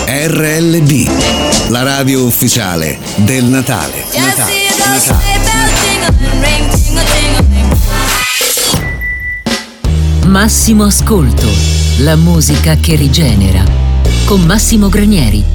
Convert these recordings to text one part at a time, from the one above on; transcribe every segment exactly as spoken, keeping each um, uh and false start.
R L B, la radio ufficiale del Natale. Natale, Natale, Natale. Massimo Ascolto, la musica che rigenera, con Massimo Granieri.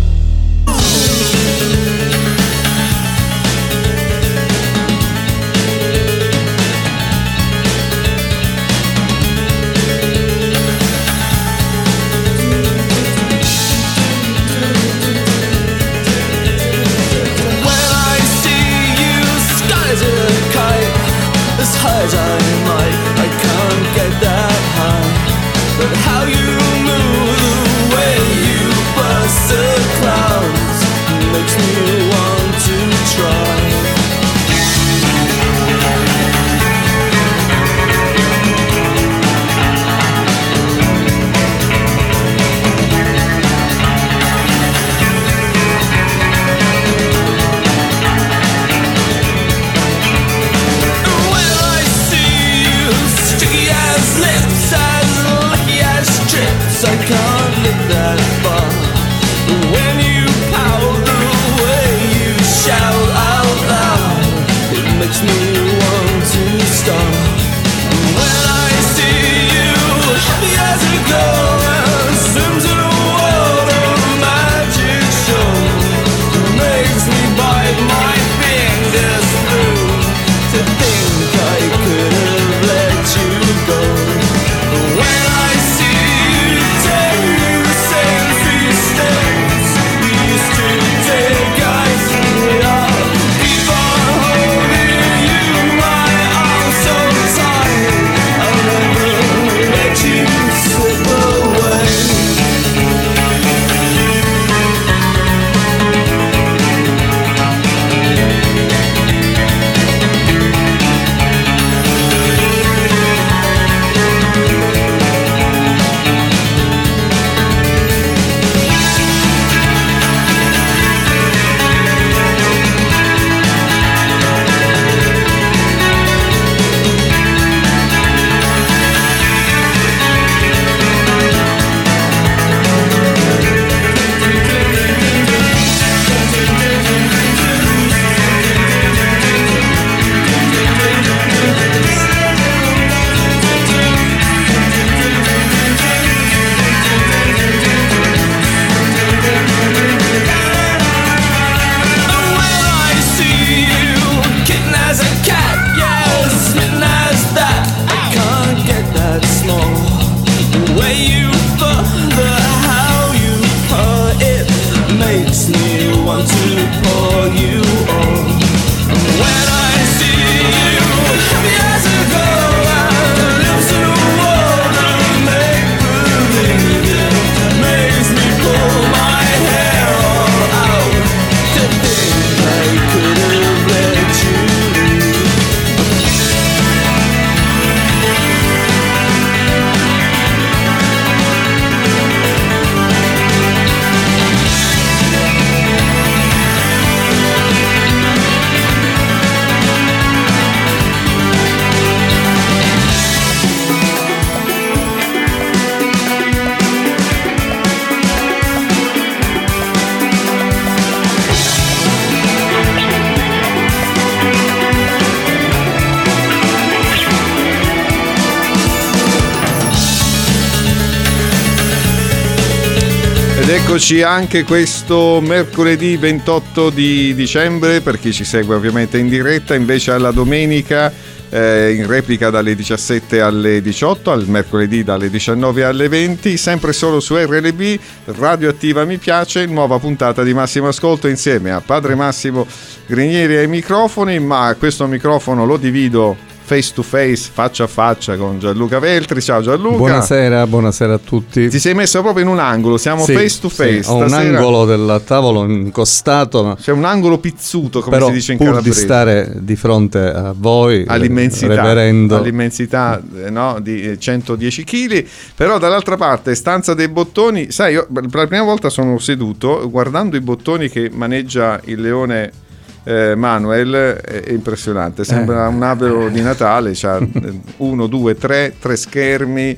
Eccoci anche questo mercoledì ventotto di dicembre per chi ci segue ovviamente in diretta, invece alla domenica eh, in replica dalle diciassette alle diciotto, al mercoledì dalle diciannove alle venti, sempre solo su R L B, Radioattiva Mi Piace, nuova puntata di Massimo Ascolto insieme a Padre Massimo Granieri ai microfoni, ma questo microfono lo divido face to face, faccia a faccia con Gianluca Veltri. Ciao Gianluca. Buonasera, buonasera a tutti. Ti sei messo proprio in un angolo, siamo sì, face to face. Sì, ho un stasera. angolo del tavolo incostato, ma c'è un angolo pizzuto, come però, si dice in pur calabrese. di stare di fronte a voi, all'immensità, reverendo. all'immensità eh, no, di centodieci chili, però dall'altra parte stanza dei bottoni. Sai, io per la prima volta sono seduto guardando i bottoni che maneggia il leone Eh, Manuel, è impressionante, sembra eh. un albero di Natale, c'ha uno, due, tre, tre schermi,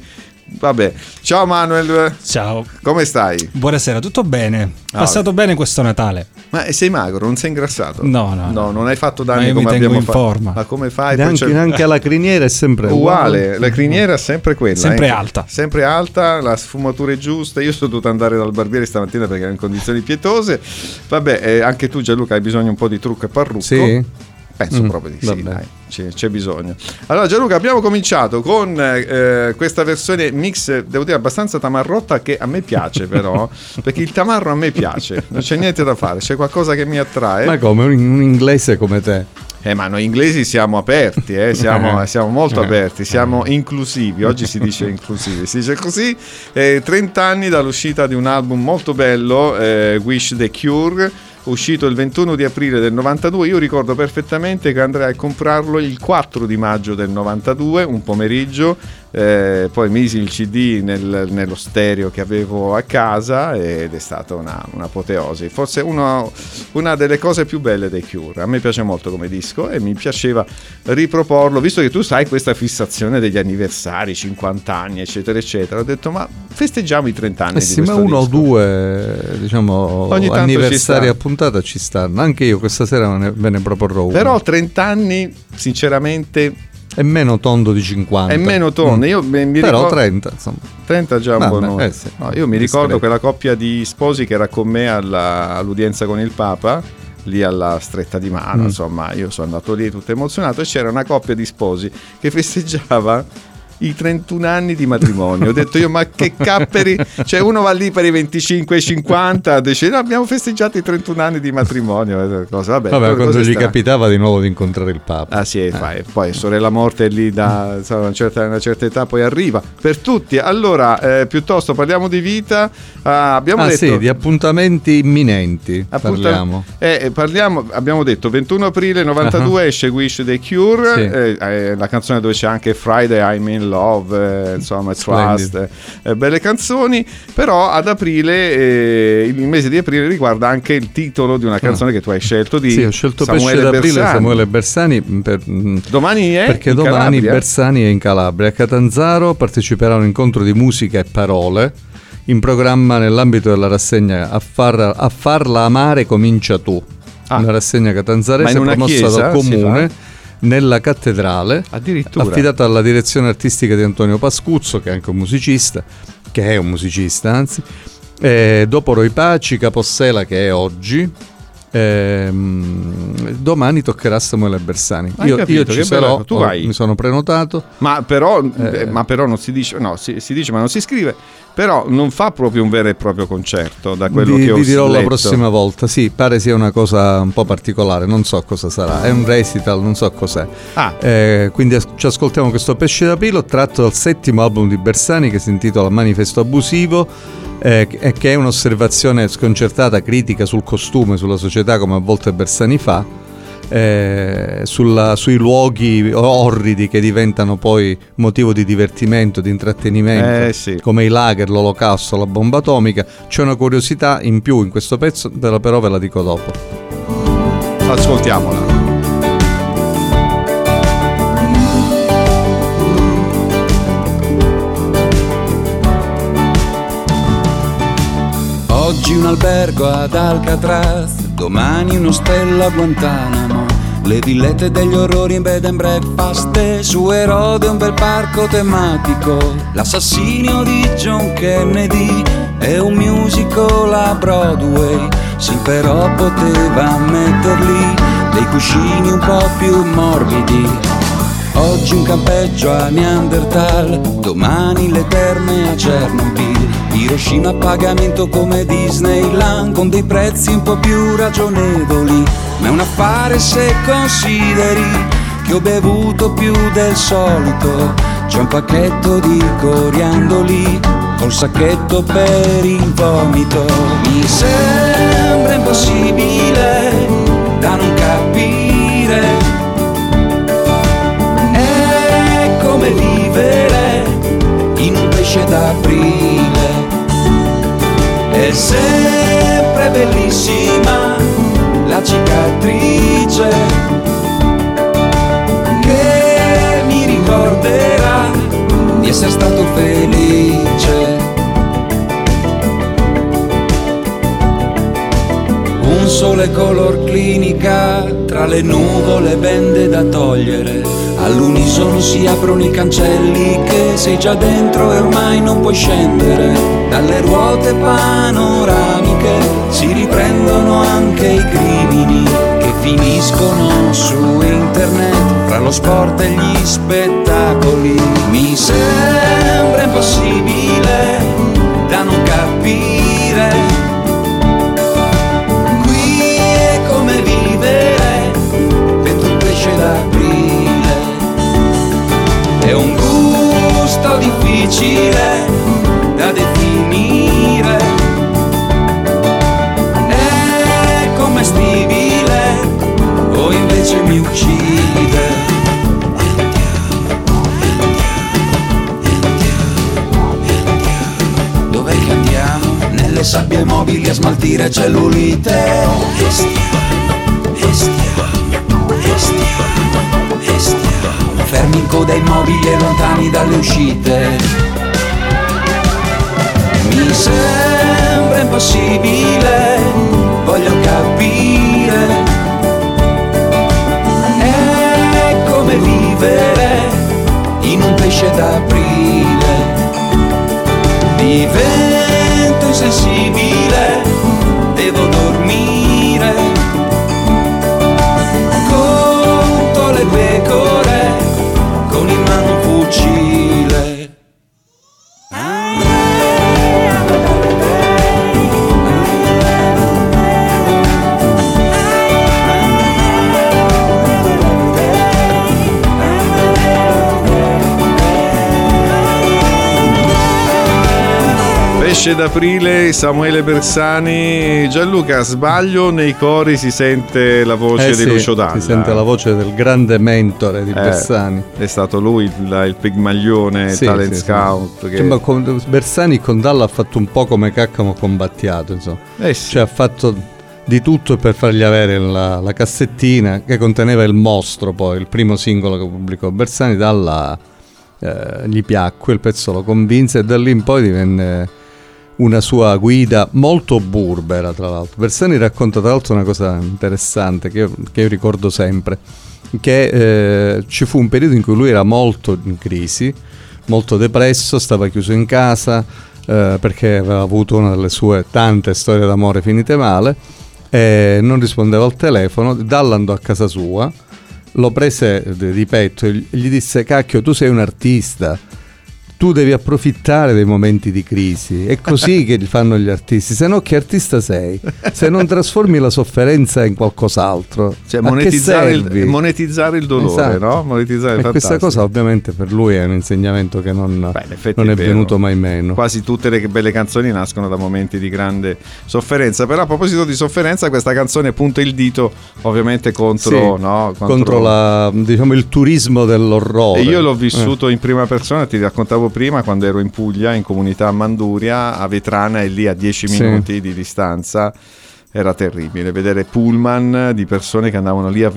Vabbè, ciao Manuel. Ciao. Come stai? Buonasera, tutto bene? Ah, Passato bene questo Natale? Ma sei magro, non sei ingrassato? No, no. No, non hai fatto Ma danni io mi come tengo abbiamo in fatto. forma. Ma come fai? Neanche, Poi c'è- neanche la criniera è sempre Uguale, la criniera è sempre quella. Sempre eh. alta. Sempre alta, la sfumatura è giusta. Io sono dovuto andare dal barbiere stamattina perché ero in condizioni pietose. Vabbè, eh, anche tu Gianluca hai bisogno un po' di trucco e parrucco. Sì. Penso Mm, proprio di sì, vabbè. dai, c'è, c'è bisogno. Allora Gianluca, abbiamo cominciato con eh, questa versione mix, devo dire abbastanza tamarrotta, che a me piace però, perché il tamarro a me piace, non c'è niente da fare, c'è qualcosa che mi attrae. Ma come un, un inglese come te? Eh, ma noi inglesi siamo aperti, eh, siamo, siamo molto aperti, siamo inclusivi, oggi si dice inclusivi, si dice così. Eh, trenta anni dall'uscita di un album molto bello, eh, Wish the Cure, uscito il ventuno di aprile del novantadue. Io ricordo perfettamente che andrai a comprarlo il quattro di maggio del novantadue, un pomeriggio, eh, poi misi il C D nel, nello stereo che avevo a casa ed è stata una, un'apoteosi, forse uno, una delle cose più belle dei Cure. A me piace molto come disco e mi piaceva riproporlo, visto che tu sai questa fissazione degli anniversari, cinquanta anni eccetera eccetera. Ho detto ma festeggiamo i trenta anni Eh di sì, ma questo uno o disco. due, diciamo, Ogni tanto anniversari ci sta. a puntata ci stanno. Anche io questa sera ve ne, ve ne proporrò uno. Però trenta anni sinceramente è meno tondo di cinquanta. è meno tondo. Io mi, mi Però ricordo- trenta, insomma. trenta già un Vabbè, buon numero. eh sì. No, io mi ricordo Discreto. quella coppia di sposi che era con me alla- all'udienza con il Papa, lì alla stretta di mano, Mm. insomma io sono andato lì tutto emozionato e c'era una coppia di sposi che festeggiava i trentuno anni di matrimonio. Ho detto io ma che capperi, cioè uno va lì per i venticinque e cinquanta, dice no, abbiamo festeggiato i trentuno anni di matrimonio, cosa. Vabbè, Vabbè, poi quando così gli sta. capitava di nuovo di incontrare il Papa. Ah sì, e fai. Poi sorella morte è lì da insomma, una, certa, una certa età, poi arriva per tutti. Allora, eh, piuttosto parliamo di vita. Ah, abbiamo Ah detto sì, di appuntamenti imminenti appunta- parliamo. eh, parliamo. Abbiamo detto ventuno aprile novantadue Uh-huh. esce Wish the Cure, Sì. eh, eh, la canzone dove c'è anche Friday I'm in Love, eh, insomma Trust, Splendid. eh, belle canzoni. Però ad aprile, eh, il mese di aprile riguarda anche il titolo di una canzone che tu hai scelto di Sì, ho scelto Samuele Pesce d'aprile Bersani. Samuele Bersani per, mm, Domani è perché in domani Calabria. Bersani è in Calabria. A Catanzaro parteciperà a un incontro di musica e parole in programma nell'ambito della rassegna A, far, a farla amare comincia tu. Ah. Una rassegna Ma catanzarese in una promossa chiesa dal si comune fa? nella cattedrale, Addirittura. affidata alla direzione artistica di Antonio Pascuzzo, che è anche un musicista, che è un musicista anzi. Eh, dopo Roy Paci, Capossela, che è oggi. Ehm, domani toccherà a Samuele Bersani. Hai Io, capito, io ci che sarò, bello. Tu ho- vai. mi sono prenotato. Ma però, Eh. eh, ma però non si dice, no, si, si dice ma non si scrive, però non fa proprio un vero e proprio concerto da quello Vi, che ho vi dirò la letto. prossima volta. Sì, pare sia una cosa un po' particolare, non so cosa sarà. È un recital, non so cos'è. Ah. Eh, quindi as- ci ascoltiamo questo Pesce d'aprile tratto dal settimo album di Bersani che si intitola Manifesto abusivo. Eh, e che è un'osservazione sconcertata, critica sul costume, sulla società, come a volte Bersani fa, eh, sulla- sui luoghi orridi che diventano poi motivo di divertimento, di intrattenimento, Eh, sì. come i lager, l'olocausto, la bomba atomica. C'è una curiosità in più in questo pezzo, ve la- però ve la dico dopo. Ascoltiamola. Oggi un albergo ad Alcatraz, domani un ostello a Guantanamo, le villette degli orrori in bed and breakfast e su Erode un bel parco tematico, l'assassinio di John Kennedy è un musical a Broadway, sì però poteva metterli dei cuscini un po' più morbidi. Oggi un campeggio a Neanderthal, domani le terme a Chernobyl, Hiroshima a pagamento come Disneyland con dei prezzi un po' più ragionevoli, ma è un affare se consideri che ho bevuto più del solito, c'è un pacchetto di coriandoli col sacchetto per il vomito, mi sembra impossibile da non capire, come vivere in un pesce d'aprile, è sempre bellissima la cicatrice che mi ricorderà di essere stato felice. Un sole color clinica, tra le nuvole bende da togliere, all'unisono si aprono i cancelli che sei già dentro e ormai non puoi scendere. Dalle ruote panoramiche si riprendono anche i crimini che finiscono su internet, fra lo sport e gli spettacoli. Mi sembra impossibile da non capire. Qui è come vivere dentro un pesce d'aprile. È un gusto difficile da definire. È commestibile o invece mi uccide. Dov'è che andiamo? Nelle sabbie mobili a smaltire cellulite. E stiamo, e stiamo, e stiamo, e stiamo fermi in coda ai mobili e lontani dalle uscite. Mi sembra impossibile, voglio capire. È come vivere in un pesce d'aprile. Divento insensibile, devo dormire. Conto le pecore con in mano un fucile. Pesce d'aprile, Samuele Bersani. Gianluca, sbaglio, nei cori si sente la voce eh di sì, Lucio Dalla. Si sente la voce del grande mentore di Eh, Bersani. È stato lui il, il Pigmaglione, Sì, talent sì, scout. sì. Che... Cioè, ma con Bersani con Dalla ha fatto un po' come Caccamo combattiato, insomma. Eh sì. Cioè ha fatto di tutto per fargli avere la, la cassettina che conteneva Il Mostro, poi il primo singolo che pubblicò Bersani. Dalla eh, gli piacque, il pezzo lo convinse e da lì in poi divenne una sua guida molto burbera, tra l'altro. Bersani racconta tra l'altro una cosa interessante che io, che io ricordo sempre, che eh, ci fu un periodo in cui lui era molto in crisi, molto depresso, stava chiuso in casa eh, perché aveva avuto una delle sue tante storie d'amore finite male e non rispondeva al telefono. Dalla andò a casa sua, lo prese di petto e gli disse: cacchio, tu sei un artista, tu devi approfittare dei momenti di crisi, è così che li fanno gli artisti, se no che artista sei? Se non trasformi la sofferenza in qualcos'altro, Cioè, a monetizzare, che il, servi? monetizzare il dolore, Esatto. no? Monetizzare E questa fantastico. cosa ovviamente per lui è un insegnamento che non, Beh, in effetti non è, vero. venuto mai meno. Quasi tutte le belle canzoni nascono da momenti di grande sofferenza. Però a proposito di sofferenza, questa canzone punta il dito ovviamente contro, Sì, no? contro... contro la, diciamo, il turismo dell'orrore. E io l'ho vissuto eh. in prima persona, ti raccontavo prima, quando ero in Puglia, in comunità a Manduria, a Vetrana, e lì a dieci Sì. minuti di distanza. Era terribile vedere pullman di persone che andavano lì a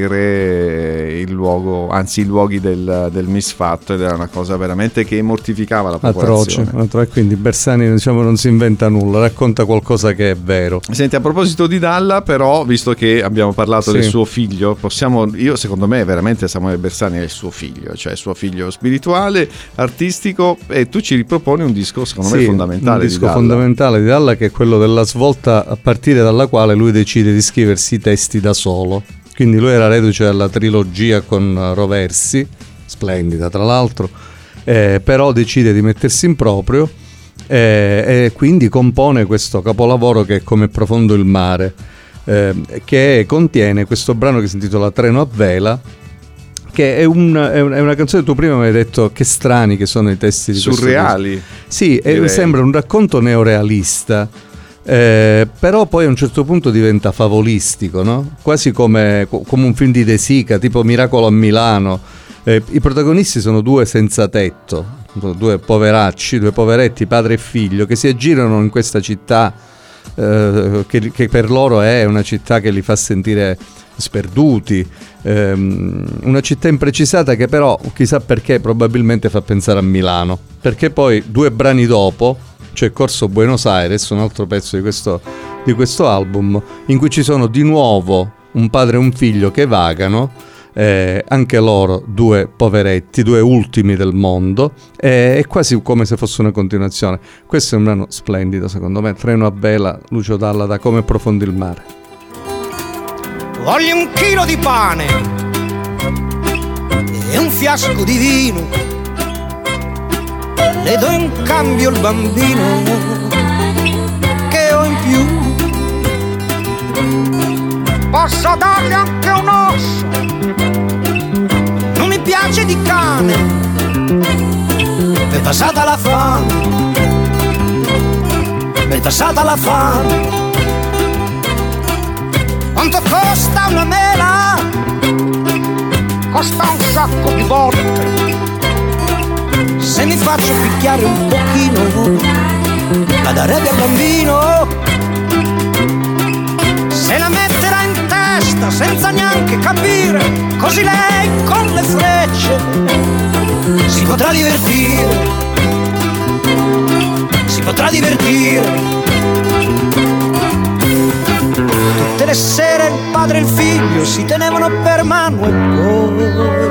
vedere il luogo, anzi i luoghi del, del misfatto, ed era una cosa veramente che mortificava la popolazione. Atroce, atroce. Quindi Bersani, diciamo, non si inventa nulla, racconta qualcosa che è vero. Senti, a proposito di Dalla, però, visto che abbiamo parlato Sì. del suo figlio, possiamo, io secondo me veramente Samuele Bersani è il suo figlio, cioè il suo figlio spirituale, artistico, e tu ci riproponi un disco secondo Sì, me fondamentale un disco di Dalla. fondamentale di Dalla, che è quello della svolta a partire dalla quale lui decide di scriversi i testi da solo. Quindi lui era reduce dalla trilogia con Roversi, splendida tra l'altro, eh, però decide di mettersi in proprio eh, e quindi compone questo capolavoro che è Come profondo il mare, eh, che contiene questo brano che si intitola Treno a vela, che è, un, è, un, è una canzone. Tu prima mi hai detto che strani che sono i testi di questo Surreali. disco. Sì, e direi. sembra un racconto neorealista, eh, però poi a un certo punto diventa favolistico, no? Quasi come, come un film di De Sica, tipo Miracolo a Milano. Eh, I protagonisti sono due senza tetto, due poveracci, due poveretti, padre e figlio, che si aggirano in questa città eh, che, che per loro è una città che li fa sentire sperduti, ehm, una città imprecisata che però chissà perché probabilmente fa pensare a Milano, perché poi due brani dopo c'è Corso Buenos Aires, un altro pezzo di questo, di questo album, in cui ci sono di nuovo un padre e un figlio che vagano, eh, anche loro due poveretti, due ultimi del mondo, eh, è quasi come se fosse una continuazione. Questo è un brano splendido secondo me, Treno a vela, Lucio Dalla, da Come profondi il mare. Voglio un chilo di pane e un fiasco di vino, le do in cambio il bambino che ho in più. Posso dargli anche un osso, non mi piace di cane, è passata la fame, è passata la fame. Quanto costa una mela? Costa un sacco di volte. Se mi faccio picchiare un pochino, la darebbe al bambino. Se la metterà in testa senza neanche capire, così lei con le frecce si potrà divertire, si potrà divertire. Tutte le sere il padre e il figlio si tenevano per mano e poi,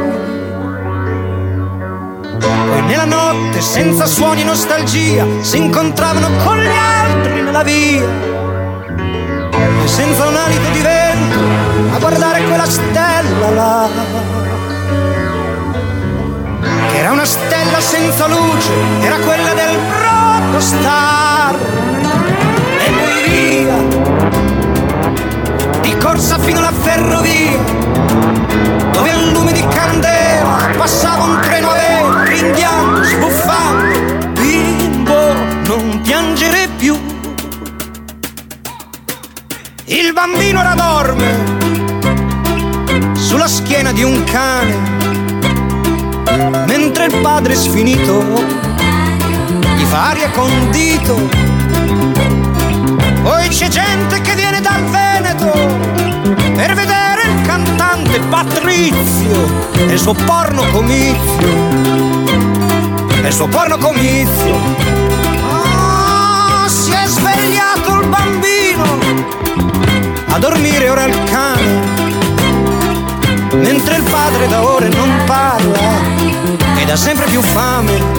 poi nella notte senza suoni e nostalgia si incontravano con gli altri nella via, e senza un alito di vento a guardare quella stella là, che era una stella senza luce, era quella del Brodo Star. E poi via di corsa fino alla ferrovia, dove a lume di candela passava un treno a vela, ringhiando, sbuffando. Bimbo, non piangere più. Il bambino ora dorme sulla schiena di un cane, mentre il padre sfinito gli fa aria con dito. Poi c'è gente che viene dal Veneto per vedere il cantante Patrizio e il suo porno comizio, e il suo porno comizio. Oh, si è svegliato il bambino, a dormire ora il cane, mentre il padre da ore non parla ed ha sempre più fame.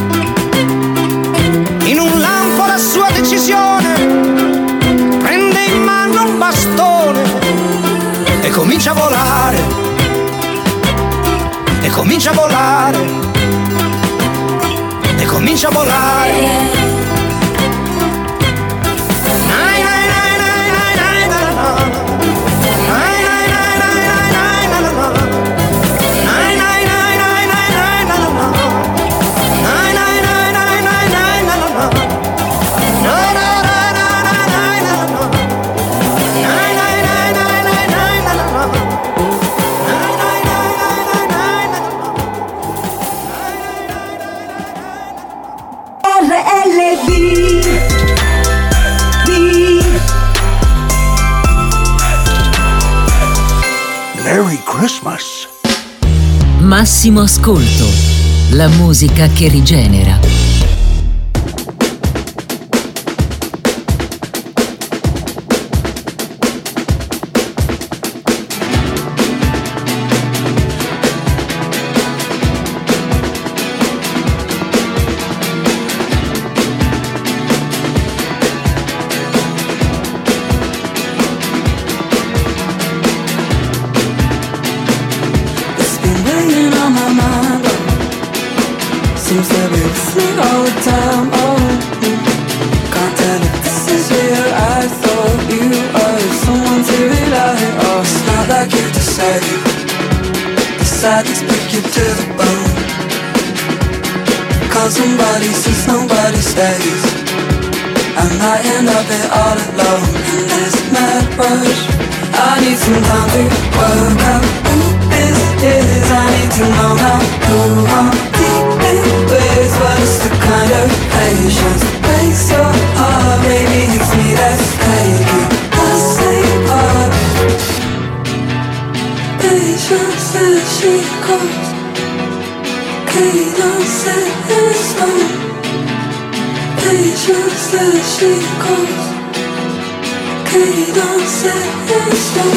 In un lampo la sua decisione, prende in mano un bastone e comincia a volare, e comincia a volare, e comincia a volare. Merry Christmas. Massimo ascolto, la musica che rigenera. Seems that we sleep all the time, oh can't tell if this is real. I thought you were someone to rely on. It's not like you decided, decided to pick you to the bone. Cause somebody sees, nobody stays. I might end up here all alone in this mad rush. I need some time to work out who this is. I need to know now who I'm dealing with. But it's the kind of patience that breaks your heart. Maybe it's me that's taking the same part. goes. Cadence is slow. Patience as she goes. Cadence is slow.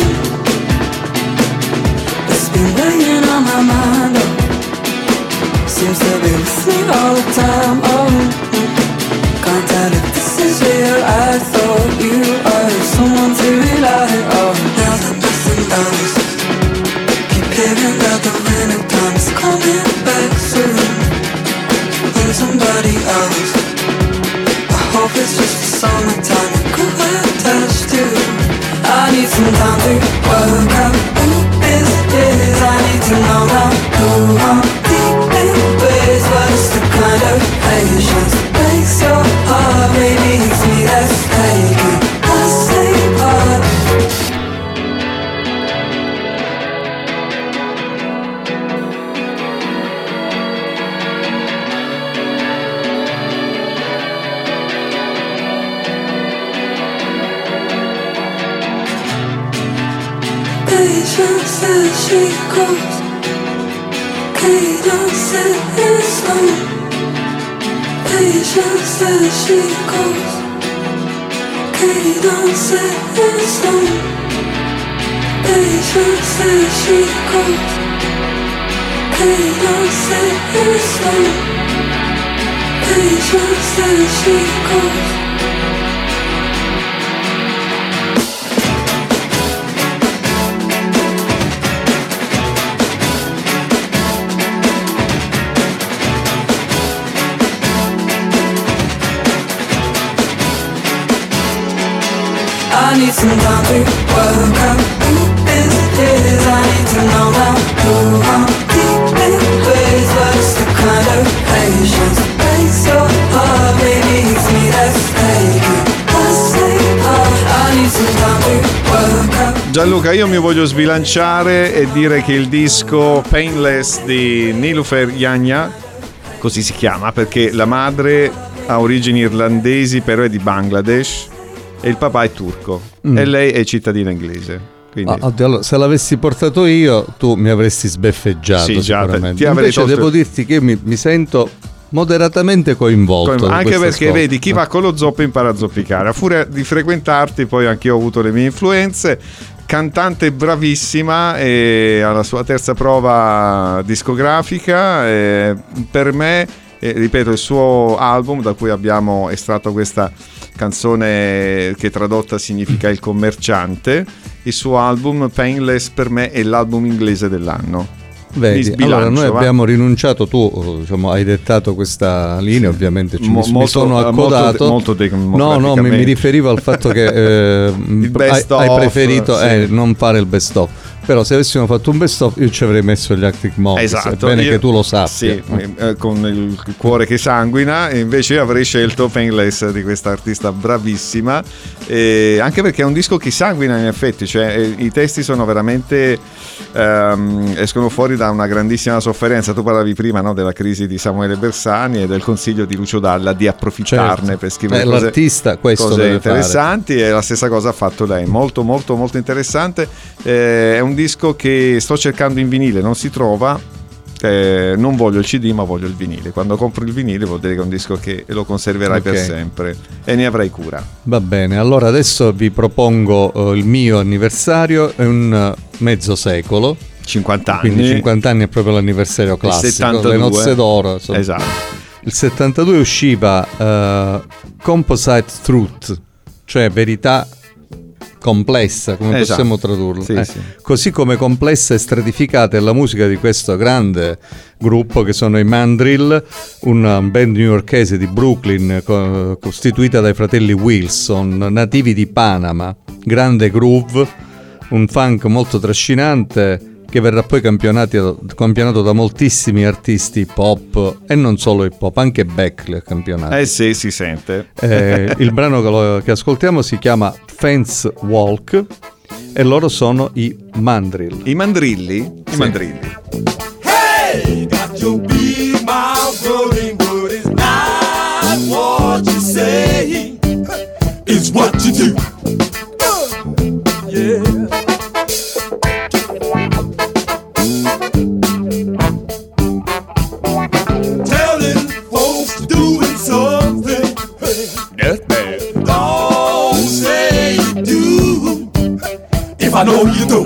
It's been weighing on my mind, oh. Seems to be with me all the time, oh. Can't tell if this is real. I thought you were someone to rely on. Now that nothing does, keep hearing that the winter time's coming back soon. And somebody else, I hope it's just the summertime you could attach to. I need some time to work out who this is. I need to know now who I'm dealing with. But it's the kind of patience that makes your heart maybe it's me that's taking the same part. Patience as she goes. Cadence is slow. Patience as she goes. Cadence is slow. Patience as she goes. Cadence is slow. Patience as she goes. I need some time to work out who this is. I need to know now who I'm dealing with. But it's the kind of patience that breaks your heart. Maybe it's me that's taking the same part. I need some time to work out. Gianluca, io mi voglio sbilanciare e dire che il disco Painless di Niloufer Yanya, così si chiama perché la madre ha origini irlandesi però è di Bangladesh e il papà è turco mm. e lei è cittadina inglese. Quindi... Ah, oddio, allora, se l'avessi portato io tu mi avresti sbeffeggiato sì, sicuramente. Già, invece tolto... devo dirti che mi, mi sento moderatamente coinvolto. Coin... Anche perché ascolto. Vedi, chi va con lo zoppo impara a zoppicare. A furia di frequentarti poi anch'io ho avuto le mie influenze. Cantante bravissima e alla sua terza prova discografica e per me, eh, ripeto, il suo album da cui abbiamo estratto questa canzone che tradotta significa il commerciante, il suo album Painless per me è l'album inglese dell'anno. Vedi, allora noi va? abbiamo rinunciato, tu diciamo, hai dettato questa linea, ovviamente ci, Mo, mi, molto, mi sono accodato molto, molto no no mi, mi riferivo al fatto che eh, hai, hai preferito sì. eh, non fare il best of, però se avessimo fatto un best of io ci avrei messo gli Arctic Monkeys, esatto, è bene io, che tu lo sappia sì, eh, con il cuore che sanguina, e invece avrei scelto Painless di questa artista bravissima, eh, anche perché è un disco che sanguina in effetti, cioè eh, i testi sono veramente ehm, escono fuori da una grandissima sofferenza. Tu parlavi prima, no, della crisi di Samuele Bersani e del consiglio di Lucio Dalla di approfittarne, certo, per scrivere eh, cose, l'artista questo cose deve interessanti fare. E la stessa cosa ha fatto lei, molto molto molto interessante. Eh, è un disco che sto cercando in vinile, non si trova, eh, non voglio il C D ma voglio il vinile. Quando compro il vinile vuol dire che è un disco che lo conserverai okay. per sempre e ne avrai cura. Va bene, allora adesso vi propongo uh, il mio anniversario, è un uh, mezzo secolo, cinquanta anni, quindi cinquanta anni è proprio l'anniversario classico, settantadue le nozze d'oro insomma. Esatto. Il settantadue usciva uh, Composite Truth, cioè verità complessa, come esatto. possiamo tradurlo, sì, eh. sì. Così come complessa e stratificata è la musica di questo grande gruppo che sono i Mandrill, una band newyorkese di Brooklyn co- costituita dai fratelli Wilson, nativi di Panama. Grande groove, un funk molto trascinante che verrà poi campionato, campionato da moltissimi artisti hip hop e non solo hip hop, anche Beck li ha campionati. Eh sì, si sente. Eh, il brano che, lo, che ascoltiamo si chiama Fence Walk e loro sono i Mandrill. I mandrilli? I sì. mandrilli. Hey, got your big mouth rolling, but it's not what you say, it's what you do. Uh, yeah. I know you do.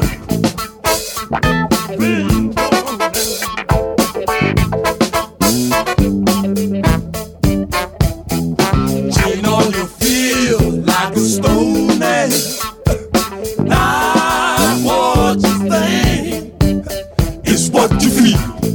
Chain on your feel like a stone man. Not what you think, it's what you feel.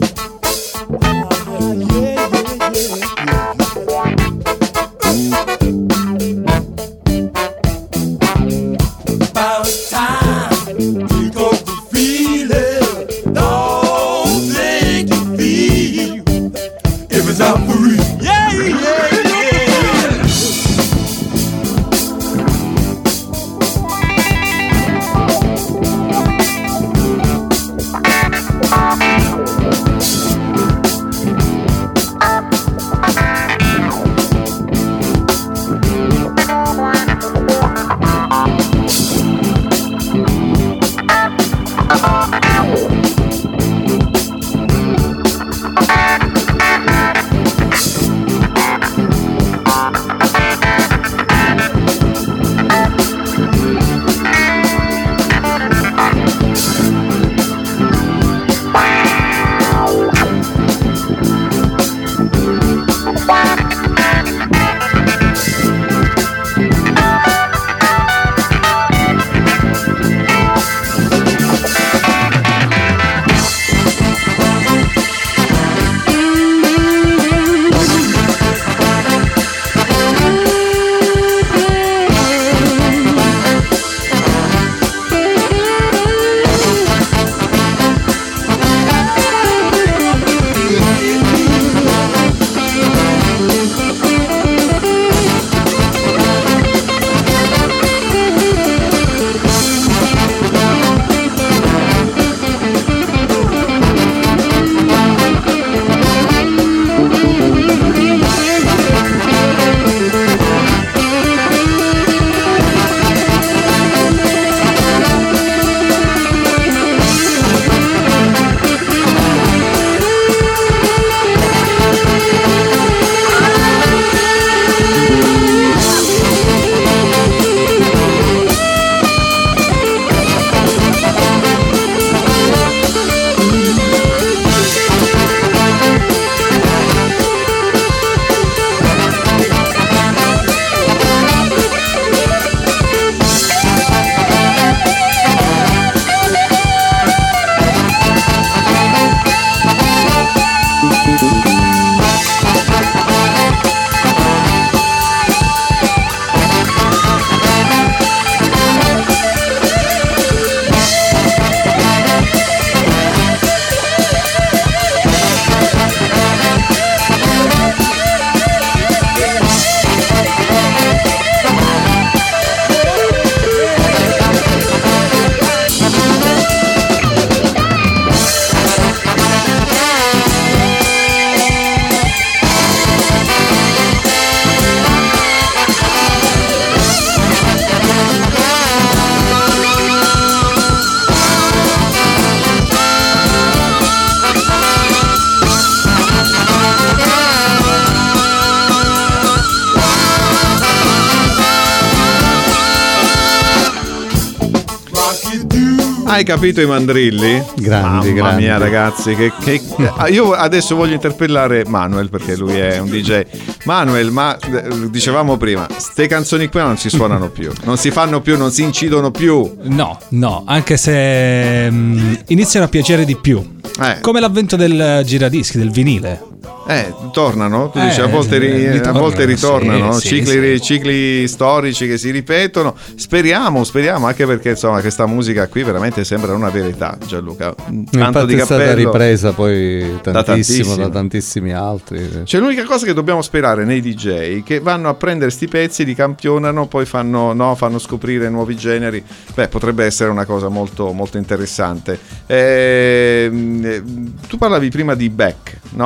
Hai capito i mandrilli? Grandi, Mamma grandi. mia, ragazzi, che, che... io adesso voglio interpellare Manuel, perché lui è un D J. Manuel, ma dicevamo prima, ste canzoni qua non si suonano più, non si fanno più, non si incidono più. No, no, anche se mh, iniziano a piacere di più. Eh. Come l'avvento del giradischi, del vinile. Eh, tornano, tu Eh, dici a volte, ri- ritornano, a volte ritornano, sì, sì, cicli, sì. cicli storici che si ripetono. Speriamo, speriamo, anche perché insomma questa musica qui veramente sembra una verità, Gianluca. Tanto Infatti di è stata cappello. ripresa poi tantissimo da, tantissimo. tantissimi altri. C'è l'unica cosa che dobbiamo sperare nei D J, che vanno a prendere sti pezzi, li campionano, poi fanno, no, fanno scoprire nuovi generi. Beh, potrebbe essere una cosa molto, molto interessante. Ehm, tu parlavi prima di Beck, no? Che Sì.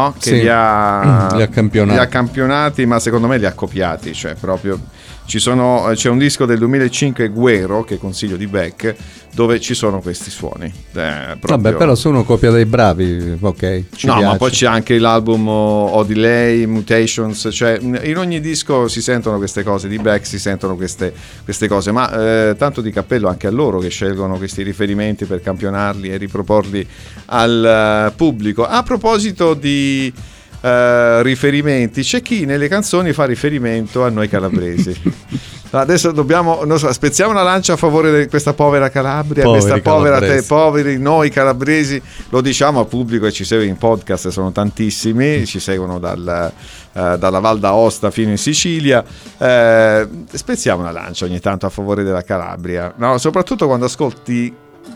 ha, li ha campionati. li ha campionati, ma secondo me li ha copiati, cioè proprio ci sono, c'è un disco del duemilacinque, Guero, che consiglio, di Beck, dove ci sono questi suoni. Eh, proprio... Vabbè, però se uno copia dei bravi, ok, ci no, piace. ma poi c'è anche l'album O Delay, Mutations, cioè in ogni disco si sentono queste cose, di Beck si sentono queste, queste cose, ma eh, tanto di cappello anche a loro che scelgono questi riferimenti per campionarli e riproporli al uh, pubblico. A proposito di Uh, riferimenti, c'è chi nelle canzoni fa riferimento a noi calabresi. Adesso dobbiamo, non so, spezziamo una lancia a favore di questa povera Calabria, poveri questa povera te, calabresi. poveri noi calabresi, lo diciamo al pubblico che ci segue in podcast, sono tantissimi, ci seguono dal, uh, dalla Val d'Aosta fino in Sicilia. Uh, spezziamo una lancia ogni tanto a favore della Calabria, no? Soprattutto quando ascolti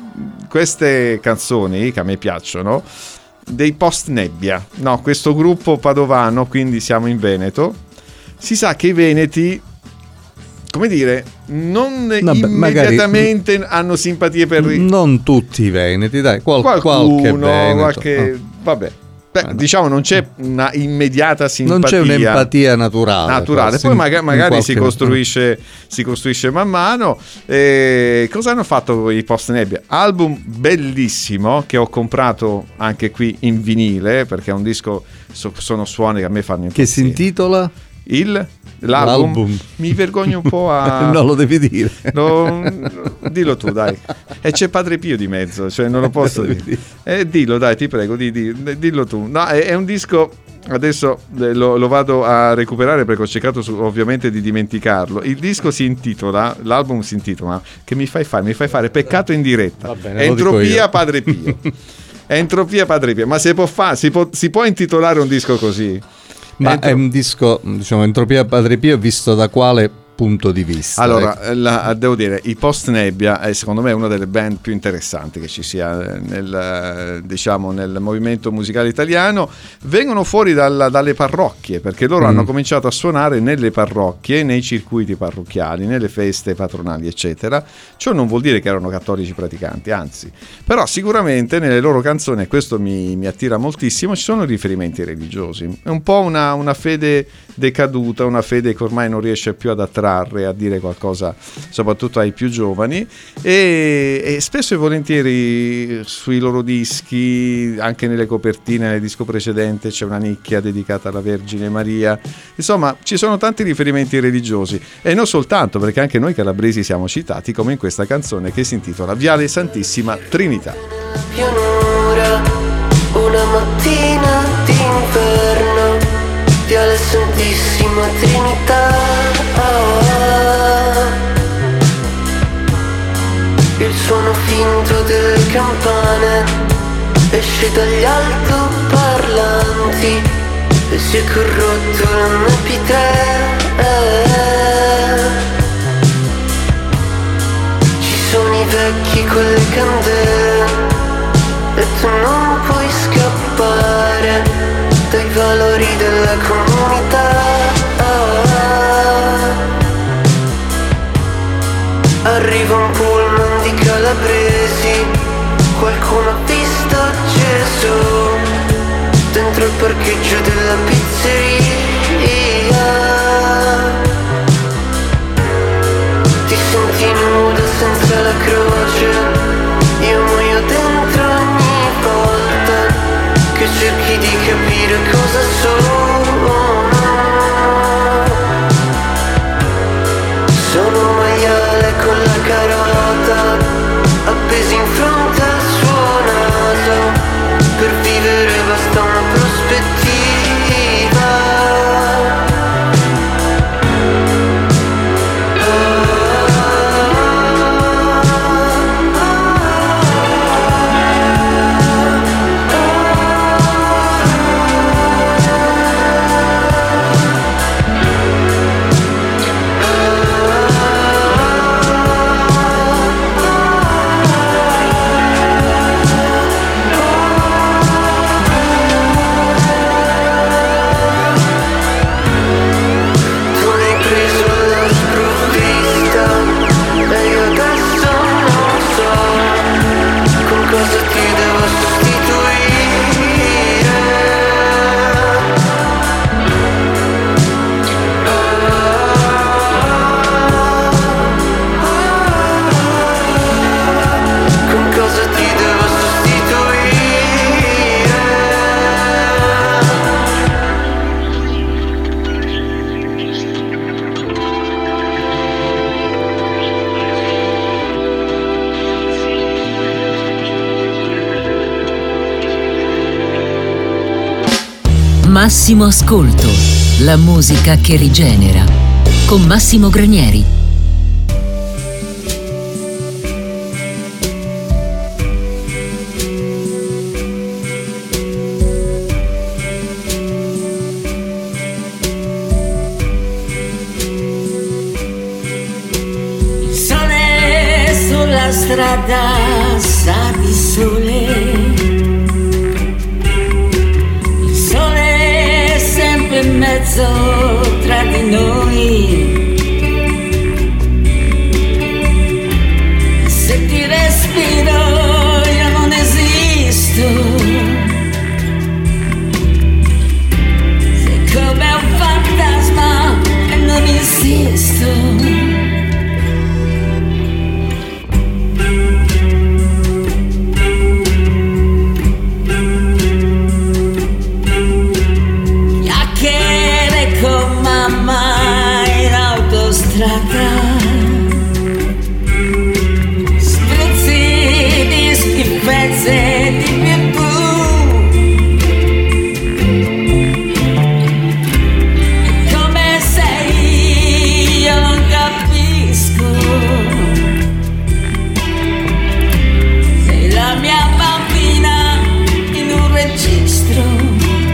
queste canzoni che a me piacciono, dei Post Nebbia, no, questo gruppo padovano, quindi siamo in Veneto. Si sa che i veneti, come dire, non Vabbè, immediatamente magari hanno simpatie per non tutti i veneti, dai, qual- qualcuno, qualche veneto. qualche Oh. vabbè. Beh, diciamo non c'è una immediata simpatia, non c'è un'empatia naturale, naturale. forse, Poi magari, magari si qualche... costruisce si costruisce man mano. E cosa hanno fatto i Post Nebbia? Album bellissimo che ho comprato anche qui in vinile, perché è un disco, so, sono suoni che a me fanno impazzire. Che si intitola? Il L'album. L'album. Mi vergogno un po' a no, lo devi dire. No, dillo tu, dai. E c'è Padre Pio di mezzo, cioè non lo posso dire. Eh, dillo, dai, ti prego, di, di, dillo tu. No, è, è un disco. Adesso lo, lo vado a recuperare perché ho cercato su, ovviamente di dimenticarlo. Il disco si intitola, l'album si intitola Che mi fai fare? Mi fai fare peccato in diretta. Va bene, Entropia Padre Pio. Entropia Padre Pio. Ma si può, fa, si, può, si può intitolare un disco così? Ma Entro... è un disco, diciamo, Entropia Padre Pio visto da quale punto di vista? Allora, ecco. la, devo dire, i Post Nebbia è secondo me una delle band più interessanti che ci sia nel, diciamo, nel movimento musicale italiano. Vengono fuori dalla, dalle parrocchie, perché loro mm. hanno cominciato a suonare nelle parrocchie, nei circuiti parrocchiali, nelle feste patronali, eccetera. Ciò non vuol dire che erano cattolici praticanti, anzi, però sicuramente nelle loro canzoni, e questo mi, mi attira moltissimo, ci sono riferimenti religiosi. È un po' una, una fede decaduta, una fede che ormai non riesce più ad attrarre, a dire qualcosa soprattutto ai più giovani, e, e spesso e volentieri sui loro dischi, anche nelle copertine, nel disco precedente c'è una nicchia dedicata alla Vergine Maria. Insomma, ci sono tanti riferimenti religiosi, e non soltanto, perché anche noi calabresi siamo citati, come in questa canzone che si intitola Viale Santissima Trinità. Pianura, una mattina d'inverno, Viale Santissima Trinità. Il suono finto delle campane esce dagli altoparlanti e si è corrotto l'emme pi tre. Ci sono i vecchi con le candele e tu non puoi scappare dai valori della comunità. Arriva un pullman di calabresi, qualcuno ha visto Gesù dentro il parcheggio della pizzeria. Ti senti nuda senza la croce, io muoio dentro ogni volta che cerchi di capire cosa sono. Sono un maiale con la carota appesi in fronte al suo naso. Per vivere basta una prospettiva. Massimo Ascolto, la musica che rigenera, con Massimo Granieri. Il sole sulla strada sa di sole. In mezzo tra di noi, se ti respiro io non esisto, sei come un fantasma e non insisto. Spruzzi di schifezze di virtù, come sei io non capisco, sei la mia bambina in un registro.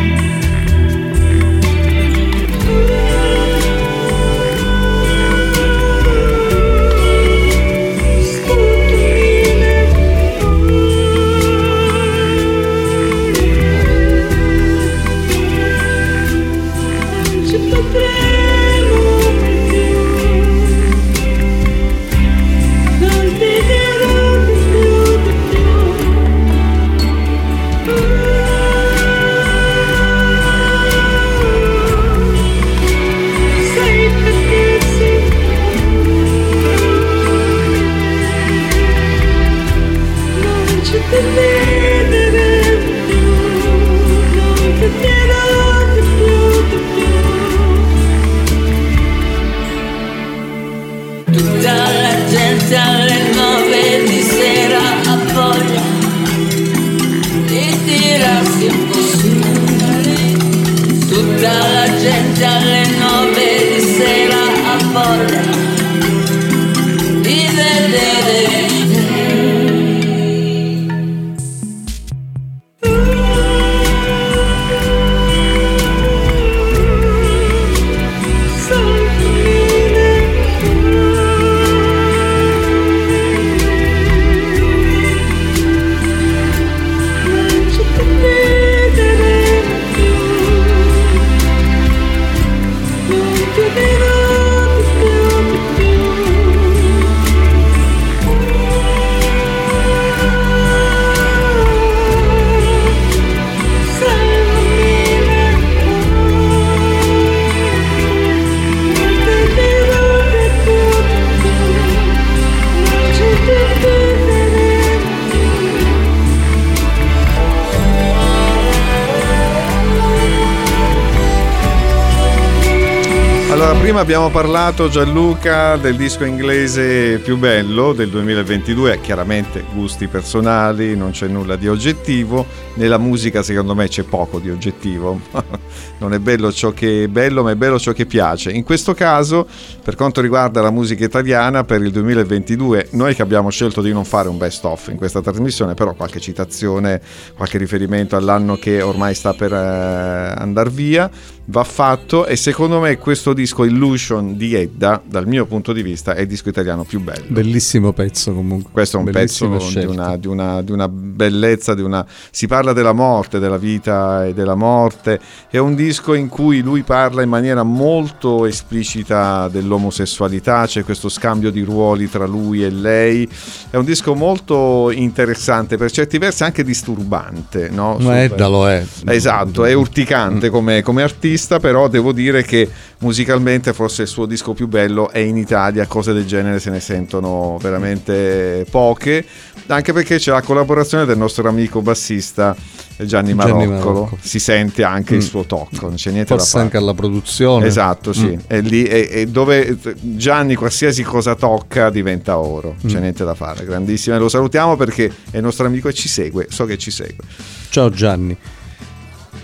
Prima abbiamo parlato, Gianluca, del disco inglese più bello del duemilaventidue, chiaramente gusti personali, non c'è nulla di oggettivo, nella musica secondo me c'è poco di oggettivo, non è bello ciò che è bello ma è bello ciò che piace. In questo caso, per quanto riguarda la musica italiana, per il duemilaventidue, noi che abbiamo scelto di non fare un best of in questa trasmissione, però qualche citazione, qualche riferimento all'anno che ormai sta per eh, andar via va fatto, e secondo me questo disco Illusion di Edda, dal mio punto di vista, è il disco italiano più bello. Bellissimo pezzo comunque. Questo è un Bellissima pezzo di una, di, una, di una bellezza, di una... si parla della morte, della vita e della morte. È un disco in cui lui parla in maniera molto esplicita dell'omosessualità, c'è questo scambio di ruoli tra lui e lei. È un disco molto interessante, per certi versi anche disturbante, no? Ma Edda lo è. Esatto, è urticante come, come artista, però devo dire che musicalmente forse il suo disco più bello, e in Italia cose del genere se ne sentono veramente poche, anche perché c'è la collaborazione del nostro amico bassista Gianni Maroccolo, Gianni Marocco. Si sente anche mm. il suo tocco, non c'è niente forse da fare. Anche alla produzione. Esatto, sì, mm. è lì, è, è dove Gianni qualsiasi cosa tocca diventa oro, non c'è mm. niente da fare, grandissimo, e lo salutiamo perché è il nostro amico e ci segue, so che ci segue. Ciao Gianni.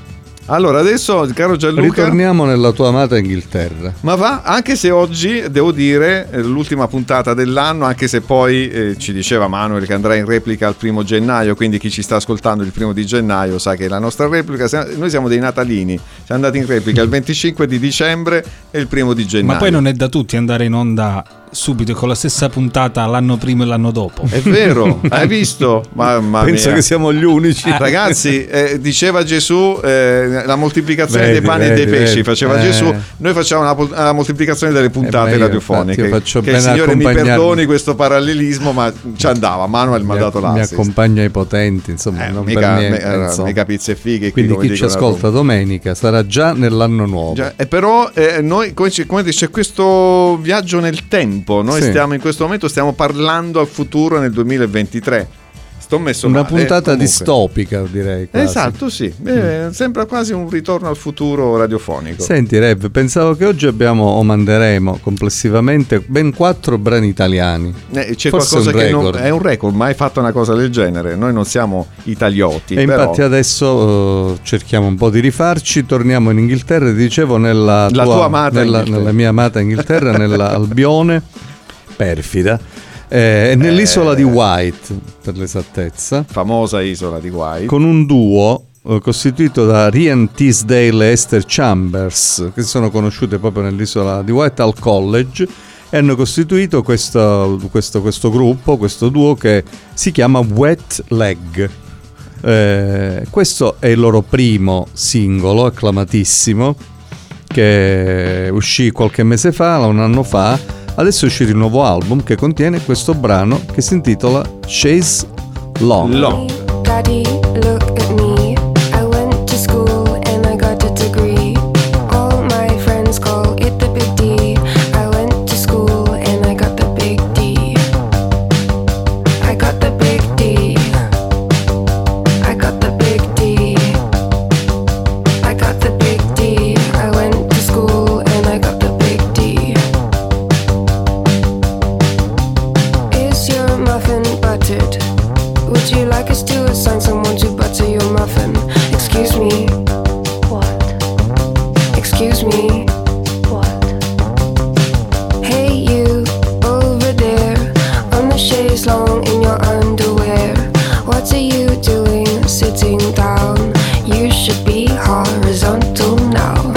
Allora, adesso, caro Gianluca, ritorniamo nella tua amata Inghilterra. Ma va, anche se oggi, devo dire, è l'ultima puntata dell'anno, anche se poi eh, ci diceva Manuel che andrà in replica il primo gennaio, quindi chi ci sta ascoltando il primo di gennaio sa che la nostra replica, noi siamo dei natalini, siamo andati in replica il venticinque di dicembre e il primo di gennaio. Ma poi non è da tutti andare in onda subito con la stessa puntata l'anno primo e l'anno dopo. È vero, hai visto? Mamma Penso mia. che siamo gli unici. Ragazzi, eh, diceva Gesù, eh, la moltiplicazione vedi, dei pani vedi, e dei pesci vedi. faceva Eh. Gesù, noi facciamo la, la moltiplicazione delle puntate Eh, ma io, radiofoniche. infatti, io faccio che il bene Signore mi accompagnarmi. perdoni questo parallelismo, ma ci andava. Manuel mi ha dato Mi l'assist. accompagna ai potenti, insomma, Eh, non mica, per niente, me- insomma. mica pizze e fighe. Quindi come chi ci dicono a ascolta Roma. domenica sarà già nell'anno nuovo. Già, e però eh, noi, come, ci- come dice, c'è questo viaggio nel tempo. Noi Sì. stiamo in questo momento stiamo parlando al futuro nel duemilaventitré. Sto messo Una male, puntata comunque. distopica, direi. Quasi. Esatto, sì. Eh, sembra quasi un ritorno al futuro radiofonico. Senti Rev, pensavo che oggi abbiamo o manderemo complessivamente ben quattro brani italiani. Eh, c'è Forse qualcosa un che non, record. è un record, mai fatto una cosa del genere. Noi non siamo italioti. E però infatti adesso eh, cerchiamo un po' di rifarci, torniamo in Inghilterra, dicevo nella La tua amata nella, Inghilterra. nella mia amata Inghilterra, nella Albione, perfida, eh, nell'isola di Wight, per l'esattezza, famosa isola di Wight. con un duo eh, costituito da Ryan Teasdale e Esther Chambers, che si sono conosciute proprio nell'isola di Wight al college, e hanno costituito questo, questo, questo gruppo, questo duo che si chiama Wet Leg. Eh, questo è il loro primo singolo, acclamatissimo, che uscì qualche mese fa, un anno fa. Adesso è uscito il nuovo album che contiene questo brano che si intitola Chase Long. Long. Daddy, look at me. I went to school and I got a degree. All my friends call it the big D. I went to school and I got the big D. I got the big D. I got the big D. I got the big D. I went to school and I got the big D. Is your muffin buttered? Would you like us to assign someone to butter your muffin? Excuse me. What? Excuse me. What? Hey you, over there, on the chaise long in your underwear. What are you doing sitting down? You should be horizontal now.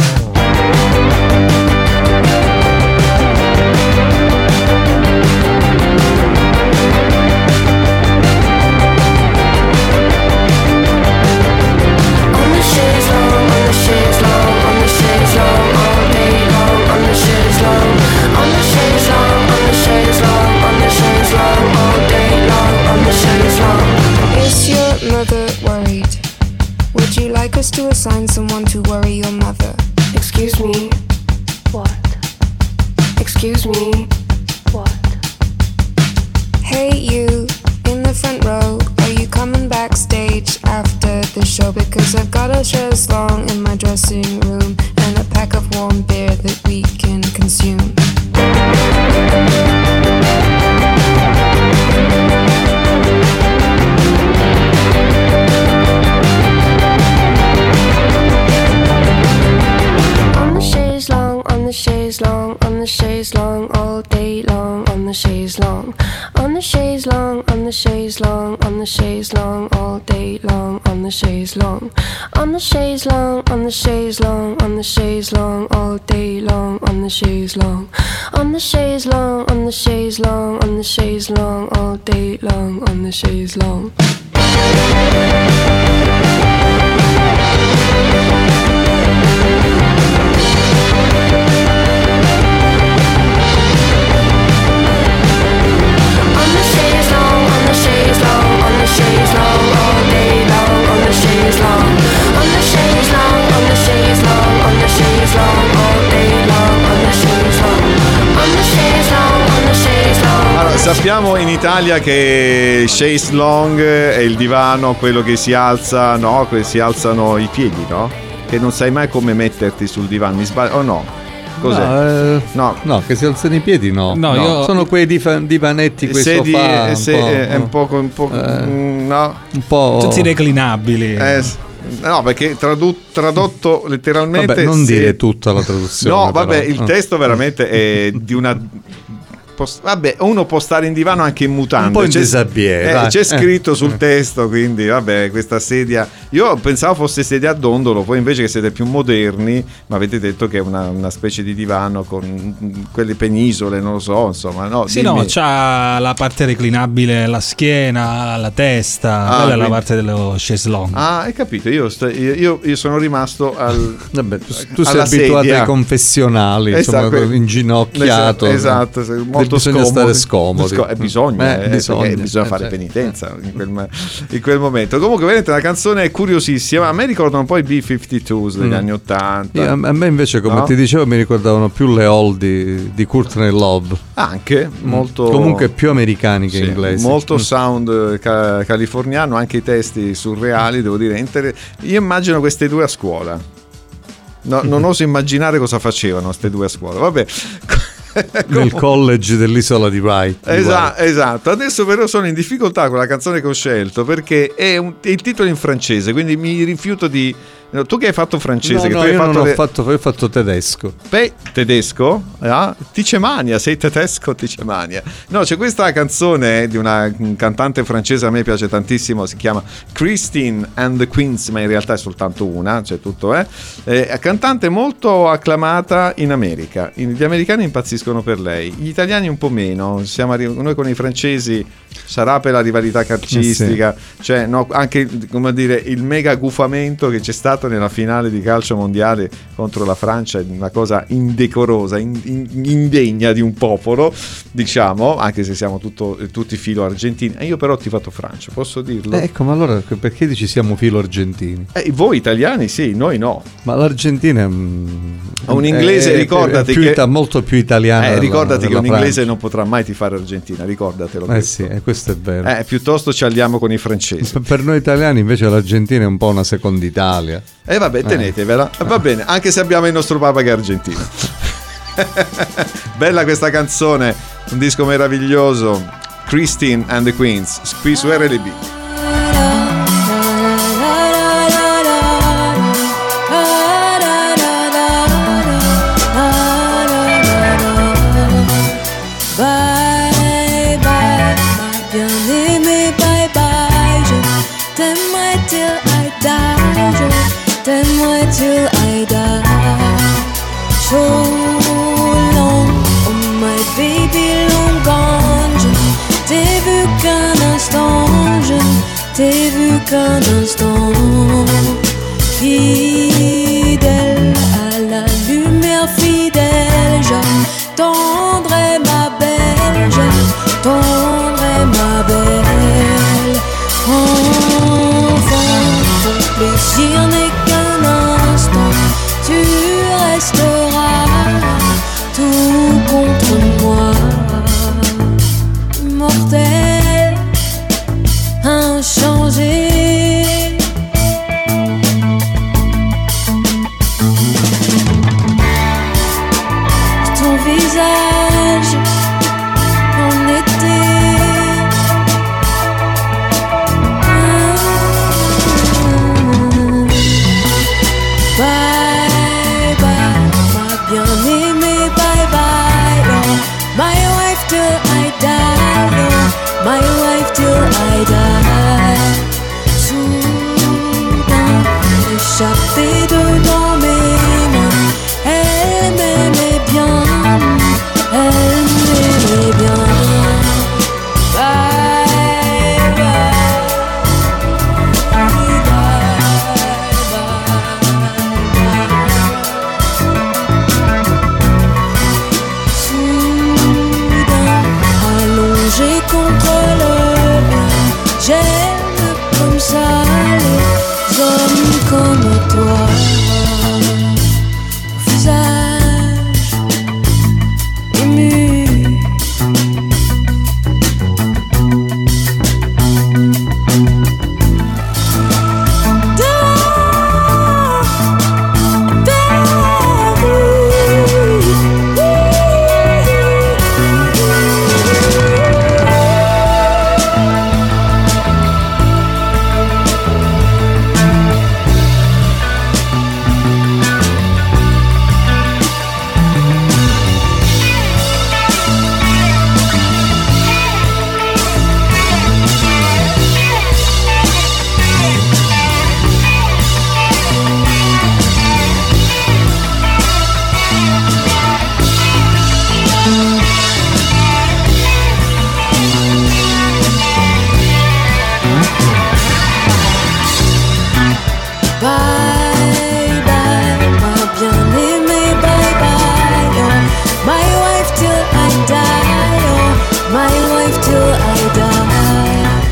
On the chaise long, on the chaise long, on the chaise long, all day long, on the chaise long, on the chaise long, on the chaise long, on the chaise long, all day long, on the chaise long. Is your mother worried? Would you like us to assign someone to worry your mother? Excuse me. What? Excuse me. What? Hey you, in the front row, are you coming backstage after the show? Because I've got a chaise long in my dressing room and a pack of warm beer that we can consume. On the chaise long, on the chaise long, on the chaise long, all day long, on the chaise long. On the chaise long, on the chaise long, on the chaise long, all day long, on the chaise long. On the chaise long, on the chaise long, on the chaise long, all day long, on the chaise long. On the chaise long, on the chaise long, on the chaise long, all day long, on the chaise long. On the chaise long, on the chaise long, on the chaise long, all day long, on the chaise long. On the chaise long, on the chaise long, on the chaise long, all day long, on the chaise long. On the chaise long, on the chaise long. Allora, sappiamo in Italia che chaise long è il divano, quello che si alza, no? Que- si alzano i piedi, no? Che non sai mai come metterti sul divano, mi sbaglio o no? Cos'è? No, eh, No. no, che si alzano i piedi no. No, io- Sono quei diva- divanetti, quei Sedi- sofà eh, un se- po', eh, è un po', un po', eh, mm, no? un po'... Tutti reclinabili. Eh, s- No, perché tradu- tradotto letteralmente. Vabbè, non se... dire tutta la traduzione. No, vabbè, però. il testo veramente è di una. Vabbè, uno può stare in divano anche in mutande. Un po' in c'è, disabbiere, eh, c'è scritto eh. sul testo, quindi vabbè, questa sedia. Io pensavo fosse sedia a dondolo, poi invece che siete più moderni, mi avete detto che è una, una specie di divano con quelle penisole, non lo so, insomma. No, sì, dimmi. no, c'ha la parte reclinabile, la schiena, la testa, Ah, quella quindi... è la parte dello chaise longue. Ah, hai capito? Io, sto, io, io sono rimasto al. Vabbè, tu sei abituato sedia. ai confessionali, insomma, esatto, inginocchiato. Esatto, esatto, molto bisogna scomodi. stare scomodi. Sco- eh, bisogna, eh, eh, bisogna, bisogna eh, fare certo. penitenza in quel, in quel momento. Comunque, vedete, la canzone è curiosissima. A me ricordano un po' i B cinquantadue degli Mm. anni ottanta. Io, a me invece, come no? ti dicevo, mi ricordavano più le old di, di Courtney Love. Anche molto. Comunque più americani che sì, inglesi. Molto Mm. sound ca- californiano, anche i testi surreali, devo dire. Inter- Io immagino queste due a scuola. No, non oso immaginare cosa facevano queste due a scuola. Vabbè. Nel college dell'isola di Wright. Di Esa- Wright. esatto, adesso però sono in difficoltà con la canzone che ho scelto perché è, un, è il titolo in francese, quindi mi rifiuto di. No, tu che hai fatto francese, No, che no, tu hai io fatto non le- ho fatto, io ho fatto tedesco. Beh, tedesco? Ah, Ticemania, sei tedesco, Ticemania. No, c'è questa canzone di una cantante francese, a me piace tantissimo, si chiama Christine and the Queens, ma in realtà è soltanto una, c'è tutto, eh. È cantante molto acclamata in America. Gli americani impazziscono per lei, gli italiani un po' meno. Siamo arri- noi con i francesi sarà per la rivalità calcistica, cioè no, anche come dire il mega gufamento che c'è stato nella finale di calcio mondiale contro la Francia, è una cosa indecorosa, in, in, indegna di un popolo, diciamo, anche se siamo tutto, tutti filo argentini. E io però ho tifato Francia, posso dirlo? Eh, ecco, ma allora perché dici siamo filo argentini? Eh, voi italiani sì, noi no. Ma l'Argentina è un, un inglese, è, ricordati è più che ita- molto più italiano. eh, della, ricordati della che un inglese Francia. non potrà mai tifare Argentina, ricordatelo. Eh questo. sì, eh, questo è vero. Eh, piuttosto ci alliamo con i francesi. Per, per noi italiani invece l'Argentina è un po' una seconda Italia. E eh, vabbè, tenetevela. Eh. Va bene, anche se abbiamo il nostro Papa che è argentino. Bella questa canzone, un disco meraviglioso. Christine and the Queens, qui su R L B. Bye bye, ma bien-aimé, bye bye. Je t'aimerai till I die. Je t'aimerai till I die. So long, oh my baby, long gone. Je t'ai vu qu'un instant. Je t'ai vu qu'un instant. Fidèle à la lumière, fidèle, j'attendrai ma belle, j'attendrai ma belle. Enfant, ton plaisir n'est qu'un instant, tu resteras tout contre moi. Mortel, inchangé. Ton visage en été. Bye bye, ma bien-aimée, bye bye. You're my wife till I die. You're my wife till I die. Soudain, échappé dedans mes mains. Elle m'aimait bien, elle m'aimait bien. Bye bye, bye bye. Soudain, allongé contre le mur,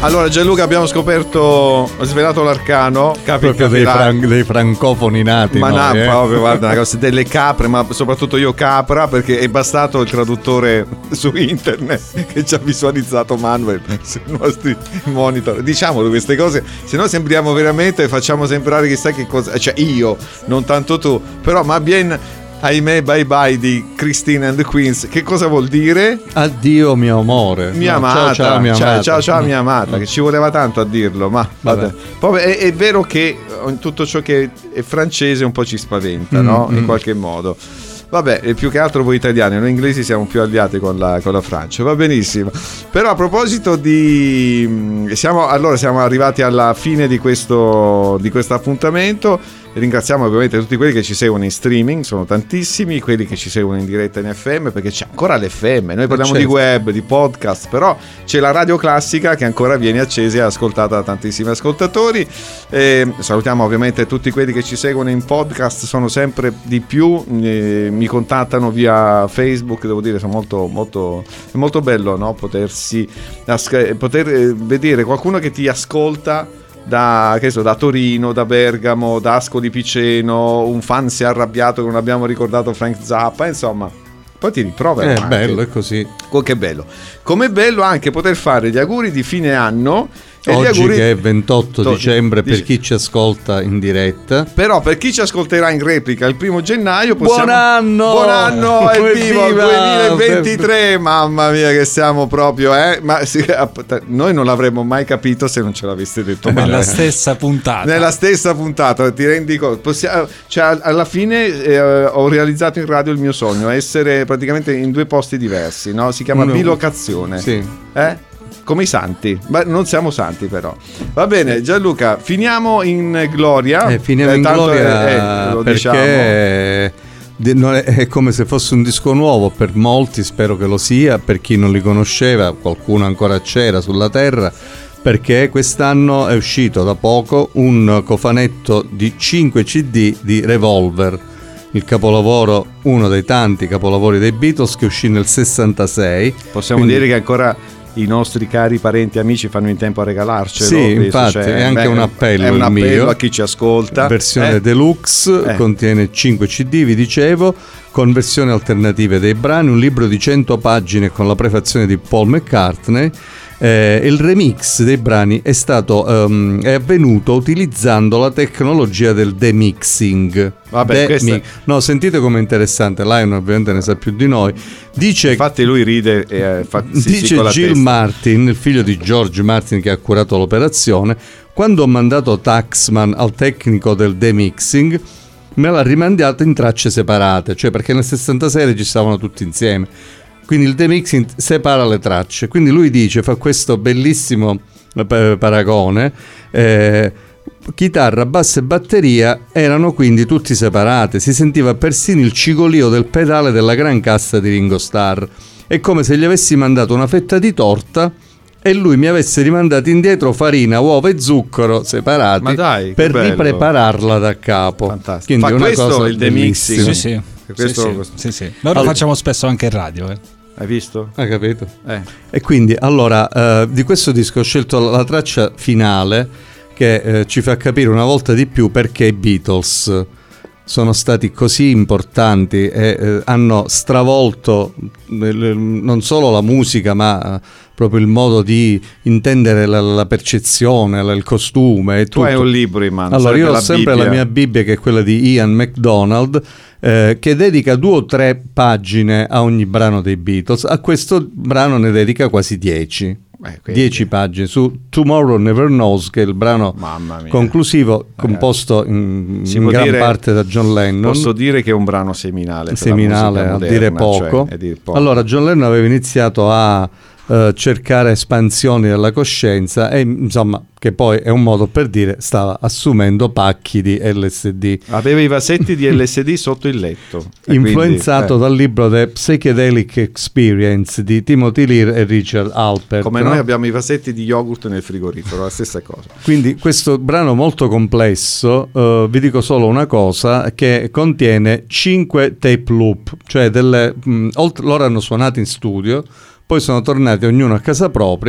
Allora Gianluca, abbiamo scoperto, ho svelato l'arcano, capi, proprio dei, fran- dei francofoni nati. Ma noi, no, eh. proprio, guarda, una cosa, delle capre, ma soprattutto io capra, perché è bastato il traduttore su internet che ci ha visualizzato Manuel sui nostri monitor. Diciamolo queste cose, se no sembriamo veramente, facciamo sembrare chissà che cosa, cioè io, non tanto tu, però ma bien... Ahimè, bye bye di Christine and the Queens. Che cosa vuol dire? Addio mio amore. Mia no, amata. Ciao ciao mia ciao, amata. Ciao ciao mia amata. Che ci voleva tanto a dirlo. Ma vabbè. Poi è, è vero che tutto ciò che è francese un po' ci spaventa, mm, no? In mm. qualche modo. Vabbè, più che altro voi italiani, noi inglesi siamo più alleati con la, con la Francia, va benissimo. Però a proposito di... Siamo, allora siamo arrivati alla fine di questo di questo appuntamento. Ringraziamo ovviamente tutti quelli che ci seguono in streaming, sono tantissimi, quelli che ci seguono in diretta in F M, perché c'è ancora l'F M, noi parliamo certo. di web, di podcast, però c'è la radio classica che ancora viene accesa e ascoltata da tantissimi ascoltatori. E salutiamo ovviamente tutti quelli che ci seguono in podcast, sono sempre di più, eh, mi contattano via Facebook, devo dire, sono molto, molto, è molto bello, no? Potersi poter vedere qualcuno che ti ascolta da, che so, da Torino, da Bergamo, da Ascoli Piceno, un fan si è arrabbiato che non abbiamo ricordato Frank Zappa, insomma, poi ti rimprovera. È bello, è così. Oh, che bello. Com'è bello anche poter fare gli auguri di fine anno. E oggi auguri... che è ventotto to- dicembre per dice... chi ci ascolta in diretta. Però per chi ci ascolterà in replica il primo gennaio possiamo... Buon anno! Buon anno, evviva, duemilaventitré! Mamma mia che siamo proprio, eh? Ma sì, noi non l'avremmo mai capito se non ce l'aveste detto male. Nella stessa puntata. Nella stessa puntata, ti rendi conto? Possiamo... Cioè, alla fine eh, ho realizzato in radio il mio sogno, essere praticamente in due posti diversi, no? Si chiama no. bilocazione. Sì. Eh? Come i santi, ma non siamo santi però. Va bene Gianluca, finiamo in gloria. Eh, finiamo eh, in gloria è, eh, lo perché diciamo. è, è come se fosse un disco nuovo per molti, spero che lo sia, per chi non li conosceva, qualcuno ancora c'era sulla terra, perché quest'anno è uscito da poco un cofanetto di cinque C D di Revolver, il capolavoro, uno dei tanti capolavori dei Beatles che uscì nel sessantasei. Possiamo Quindi, dire che ancora i nostri cari parenti e amici fanno in tempo a regalarcelo. Sì, infatti, cioè, è anche beh, un appello, è un appello mio. a chi ci ascolta. Versione eh? deluxe, eh. contiene cinque C D, vi dicevo, con versioni alternative dei brani, un libro di cento pagine con la prefazione di Paul McCartney. Eh, il remix dei brani è stato um, è avvenuto utilizzando la tecnologia del demixing. Vabbè, De- questa... mi- no, sentite com'è interessante. Lion ovviamente ne sa più di noi. Dice, infatti lui ride e eh, fa, sì, dice sì, con la Gil testa. Martin, il figlio di George Martin che ha curato l'operazione: quando ho mandato Taxman al tecnico del demixing me l'ha rimandato in tracce separate, cioè perché nel sessantasei registravano tutti insieme. Quindi il demixing separa le tracce. Quindi lui dice, fa questo bellissimo paragone, eh, chitarra, basso e batteria erano quindi tutti separate, si sentiva persino il cigolio del pedale della gran cassa di Ringo Starr. È come se gli avessi mandato una fetta di torta e lui mi avesse rimandato indietro farina, uova e zucchero separati. Ma dai, per bello. riprepararla da capo. Fantastico. Quindi Fa una questo cosa il demixing? Sì, sì. Questo, sì, questo. sì, sì. Noi lo allora, facciamo spesso anche in radio, eh. Hai visto? Hai capito? Eh. E quindi allora eh, di questo disco ho scelto la, la traccia finale che eh, ci fa capire una volta di più perché i Beatles sono stati così importanti e eh, hanno stravolto eh, non solo la musica ma eh, proprio il modo di intendere la, la percezione, la, il costume e tu tutto. Hai un libro in mano. Allora io ho la sempre Bibbia. la mia Bibbia che è quella di Ian MacDonald, eh, che dedica due o tre pagine a ogni brano dei Beatles. A questo brano ne dedica quasi dieci. Eh, dieci pagine su Tomorrow Never Knows, che è il brano conclusivo composto in, in gran dire, parte da John Lennon. Posso dire che è un brano seminale, seminale per la a, moderna, dire poco. cioè, a dire poco. Allora John Lennon aveva iniziato a Uh, cercare espansioni della coscienza e insomma che poi è un modo per dire stava assumendo pacchi di L S D, aveva i vasetti di L S D sotto il letto, influenzato quindi, eh. dal libro The Psychedelic Experience di Timothy Lear e Richard Alpert, come no? Noi abbiamo i vasetti di yogurt nel frigorifero, la stessa cosa. Quindi questo brano molto complesso, uh, vi dico solo una cosa, che contiene cinque tape loop, cioè delle mh, oltre, loro hanno suonato in studio, poi sono tornati ognuno a casa propria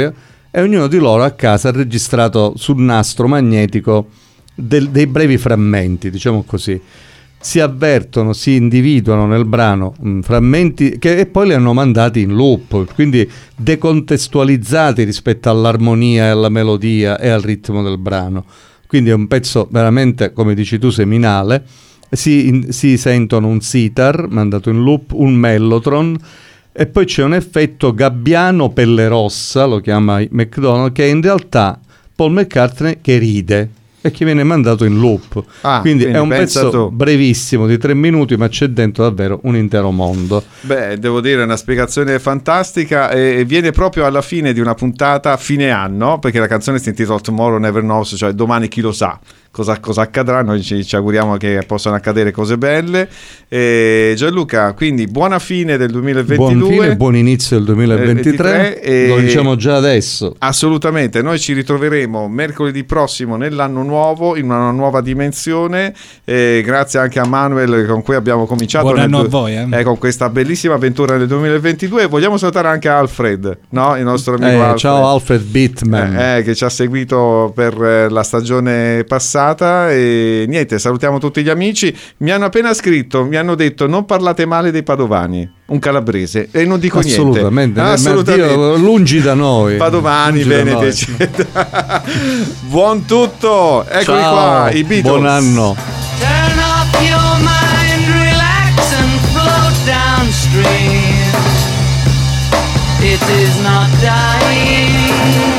e ognuno di loro a casa ha registrato sul nastro magnetico del, dei brevi frammenti, diciamo così. Si avvertono, si individuano nel brano mh, frammenti che e poi li hanno mandati in loop, quindi decontestualizzati rispetto all'armonia e alla melodia e al ritmo del brano. Quindi è un pezzo veramente, come dici tu, seminale. Si, in, si sentono un sitar mandato in loop, un mellotron, e poi c'è un effetto gabbiano pelle rossa, lo chiama McDonald, che è in realtà Paul McCartney che ride e che viene mandato in loop. Ah, quindi, quindi è un pezzo tu. brevissimo di tre minuti, ma c'è dentro davvero un intero mondo. Beh, devo dire, è una spiegazione fantastica, e viene proprio alla fine di una puntata, fine anno, perché la canzone si intitola Tomorrow Never Knows, cioè domani chi lo sa cosa, cosa accadrà. Noi ci, ci auguriamo che possano accadere cose belle. E Gianluca, quindi buona fine del duemilaventidue, Buon fine, buon inizio del duemilaventitré, e lo diciamo già adesso. Assolutamente, noi ci ritroveremo mercoledì prossimo nell'anno nuovo, in una nuova dimensione, e grazie anche a Manuel con cui abbiamo cominciato. Buon anno nel, a voi, eh. eh, con questa bellissima avventura nel duemilaventidue. Vogliamo salutare anche Alfred, no? Il nostro amico Eh, Alfred. ciao Alfred Bitman. Eh, eh, che ci ha seguito per eh, la stagione passata, e niente, salutiamo tutti gli amici. Mi hanno appena scritto, mi hanno detto non parlate male dei padovani, un calabrese, e non dico assolutamente, niente. Assolutamente, Dio, lungi da noi. padovani, lungi veneti, eccetera. Buon tutto, eccoli Ciao, qua, i Beatles. buon anno. Turn off your mind, relax and float downstream. It is not dying.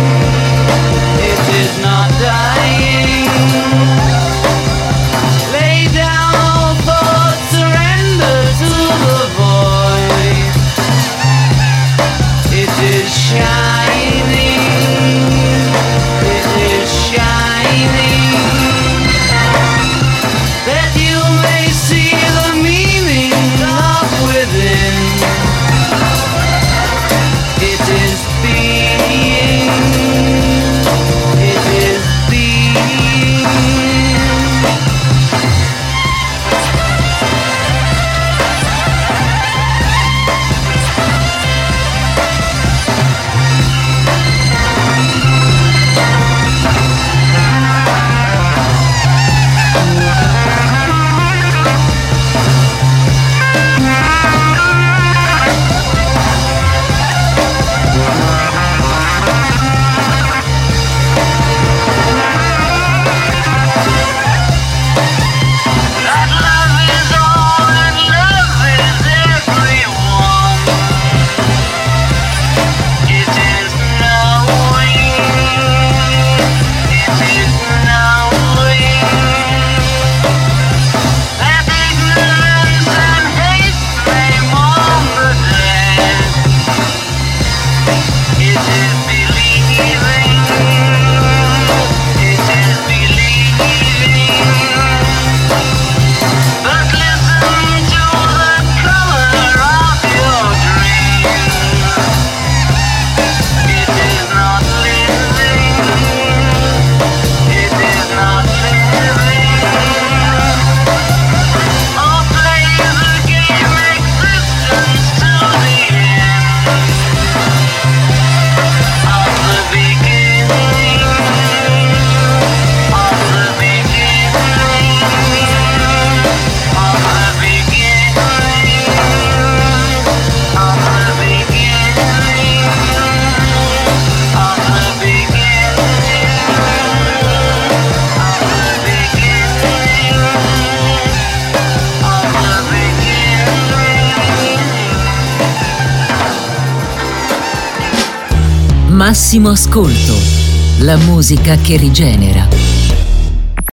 It is not dying. Lay down all thoughts, surrender to the void. It is shining. It is shining. That you may see the meaning of within. It is being, it is being. That love is all and love is everyone. It is knowing, it is knowing that ignorance and hate may mourn the dead. It is believing, it is believing. But listen to the color of your dream. It is not living. It is not living. Or plays a game existence to the end of the beginning. Of the beginning. Of the beginning, of the beginning, of the beginning, of the beginning, of the beginning. Massimo ascolto, la musica che rigenera.